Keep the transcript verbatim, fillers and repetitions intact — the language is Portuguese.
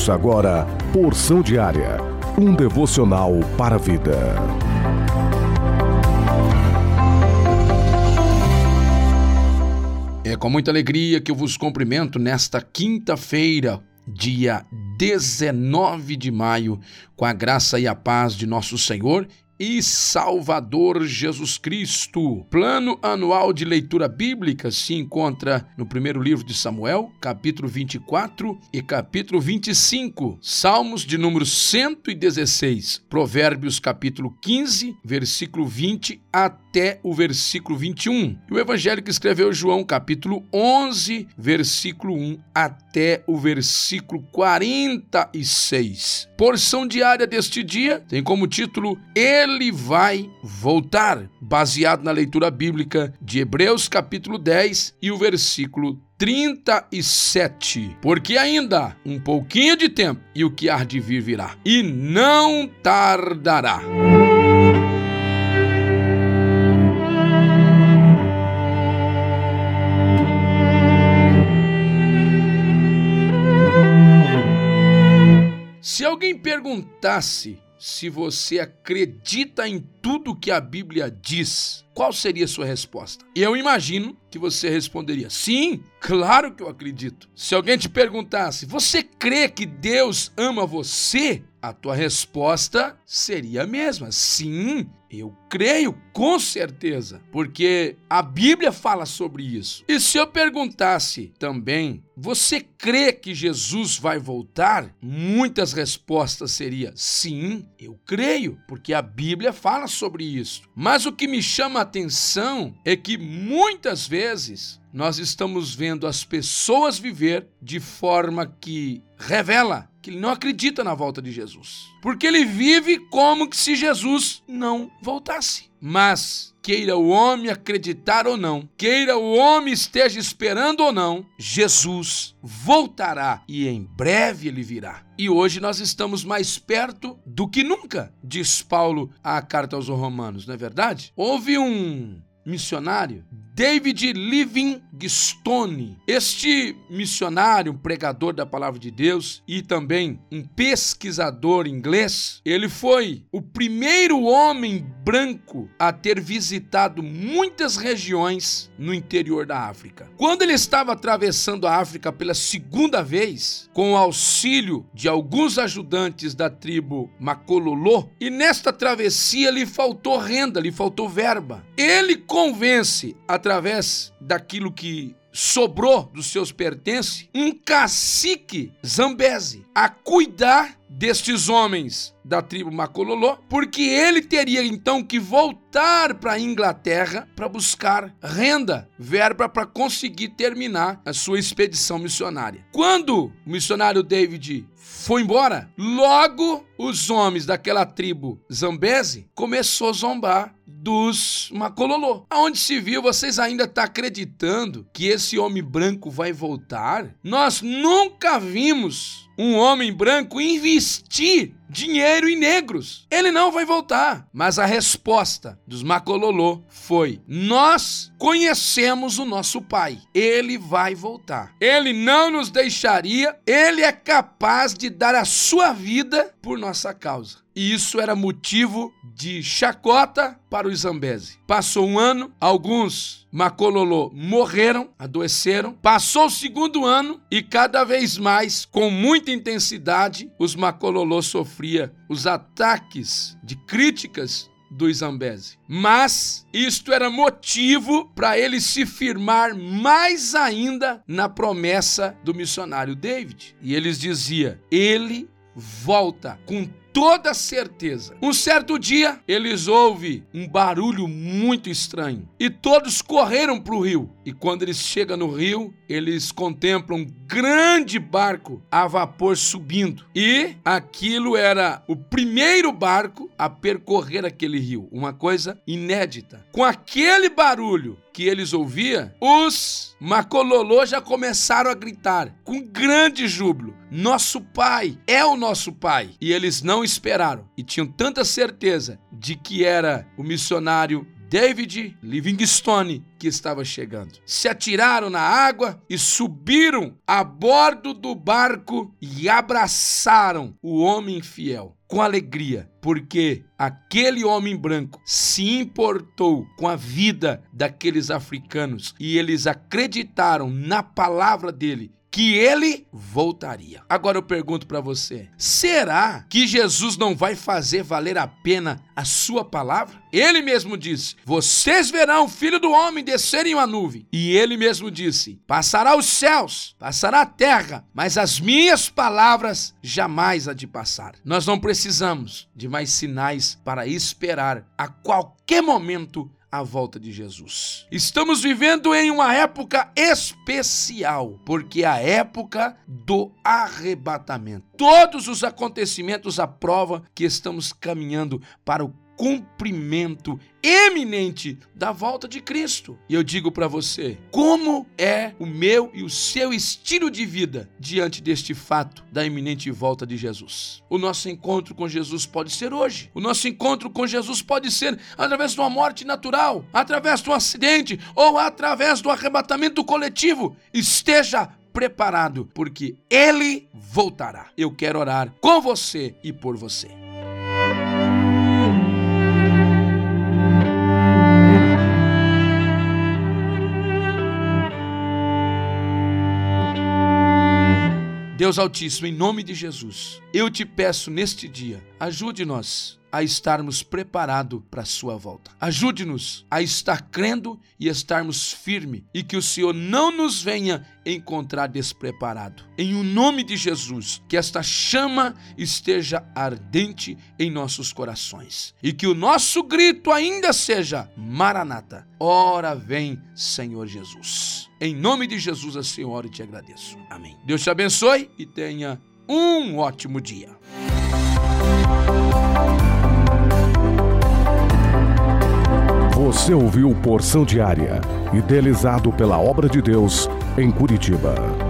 Ouça agora Porção Diária, um devocional para a vida. É com muita alegria que eu vos cumprimento nesta quinta-feira, dia dezenove de maio, com a graça e a paz de nosso Senhor e Salvador Jesus Cristo. Plano anual de leitura bíblica se encontra no primeiro livro de Samuel, capítulo vinte e quatro e capítulo vinte e cinco, Salmos de número cento e dezesseis, Provérbios capítulo quinze, versículo vinte até o versículo vinte e um. E o evangelho que escreveu João, capítulo onze, versículo um até o versículo quarenta e seis. Porção diária deste dia tem como título Ele vai voltar, baseado na leitura bíblica de Hebreus capítulo dez e o versículo trinta e sete. Porque ainda um pouquinho de tempo e o que há de vir virá, e não tardará. Se alguém perguntasse se você acredita em tudo que a Bíblia diz, qual seria a sua resposta? Eu imagino que você responderia: sim, claro que eu acredito. Se alguém te perguntasse: você crê que Deus ama você? A tua resposta seria a mesma: sim, eu creio, com certeza, porque a Bíblia fala sobre isso. E se eu perguntasse também: você crê que Jesus vai voltar? Muitas respostas seriam: sim, eu creio, porque a Bíblia fala sobre isso. Mas o que me chama a atenção é que muitas vezes nós estamos vendo as pessoas viver de forma que revela que ele não acredita na volta de Jesus. Porque ele vive como que se Jesus não voltasse. Mas, queira o homem acreditar ou não, queira o homem esteja esperando ou não, Jesus voltará e em breve ele virá. E hoje nós estamos mais perto do que nunca, diz Paulo à carta aos Romanos, não é verdade? Houve um missionário, David Livingstone. Este missionário, um pregador da palavra de Deus e também um pesquisador inglês, ele foi o primeiro homem branco a ter visitado muitas regiões no interior da África. Quando ele estava atravessando a África pela segunda vez, com o auxílio de alguns ajudantes da tribo Makololo, e nesta travessia lhe faltou renda, lhe faltou verba. Ele convence, através daquilo que sobrou dos seus pertences, um cacique Zambeze a cuidar destes homens da tribo Makololo, porque ele teria então que voltar para a Inglaterra para buscar renda, verba para conseguir terminar a sua expedição missionária. Quando o missionário David foi embora, logo os homens daquela tribo Zambeze começou a zombar dos Makololo. Aonde se viu, vocês ainda estão acreditando que esse homem branco vai voltar? Nós nunca vimos um homem branco investir dinheiro em negros. Ele não vai voltar. Mas a resposta dos Makololo foi: nós conhecemos o nosso pai. Ele vai voltar. Ele não nos deixaria. Ele é capaz de dar a sua vida por nossa causa. E isso era motivo de chacota para os Zambeze. Passou um ano, alguns Makololo morreram, adoeceram. Passou o segundo ano e cada vez mais, com muita intensidade, os Makololo sofriam os ataques de críticas dos Zambeze. Mas isto era motivo para ele se firmar mais ainda na promessa do missionário David. E eles diziam: ele volta com toda certeza. Um certo dia, eles ouvem um barulho muito estranho e todos correram para o rio. E quando eles chegam no rio, eles contemplam um grande barco a vapor subindo. E aquilo era o primeiro barco a percorrer aquele rio. Uma coisa inédita. Com aquele barulho que eles ouviam, os Makololo já começaram a gritar com grande júbilo: nosso pai é o nosso pai. E eles não esperaram e tinham tanta certeza de que era o missionário David Livingstone que estava chegando. Se atiraram na água e subiram a bordo do barco e abraçaram o homem fiel com alegria, porque aquele homem branco se importou com a vida daqueles africanos e eles acreditaram na palavra dele, que ele voltaria. Agora eu pergunto para você, será que Jesus não vai fazer valer a pena a sua palavra? Ele mesmo disse, vocês verão o Filho do Homem descer em uma nuvem. E ele mesmo disse, passará os céus, passará a terra, mas as minhas palavras jamais há de passar. Nós não precisamos de mais sinais para esperar a qualquer momento a volta de Jesus. Estamos vivendo em uma época especial, porque é a época do arrebatamento. Todos os acontecimentos aprovam que estamos caminhando para o cumprimento eminente da volta de Cristo. E eu digo para você, como é o meu e o seu estilo de vida diante deste fato da iminente volta de Jesus? O nosso encontro com Jesus pode ser hoje. O nosso encontro com Jesus pode ser através de uma morte natural, através de um acidente ou através do arrebatamento coletivo. Esteja preparado, porque Ele voltará. Eu quero orar com você e por você. Deus Altíssimo, em nome de Jesus, eu te peço neste dia, ajude-nos a estarmos preparados para a sua volta. Ajude-nos a estar crendo e estarmos firmes e que o Senhor não nos venha encontrar despreparado. Em o nome de Jesus, que esta chama esteja ardente em nossos corações e que o nosso grito ainda seja Maranata, ora vem, Senhor Jesus. Em nome de Jesus, assim eu oro e te agradeço. Amém. Deus te abençoe e tenha um ótimo dia. Você ouviu Porção Diária, idealizado pela Obra de Deus em Curitiba.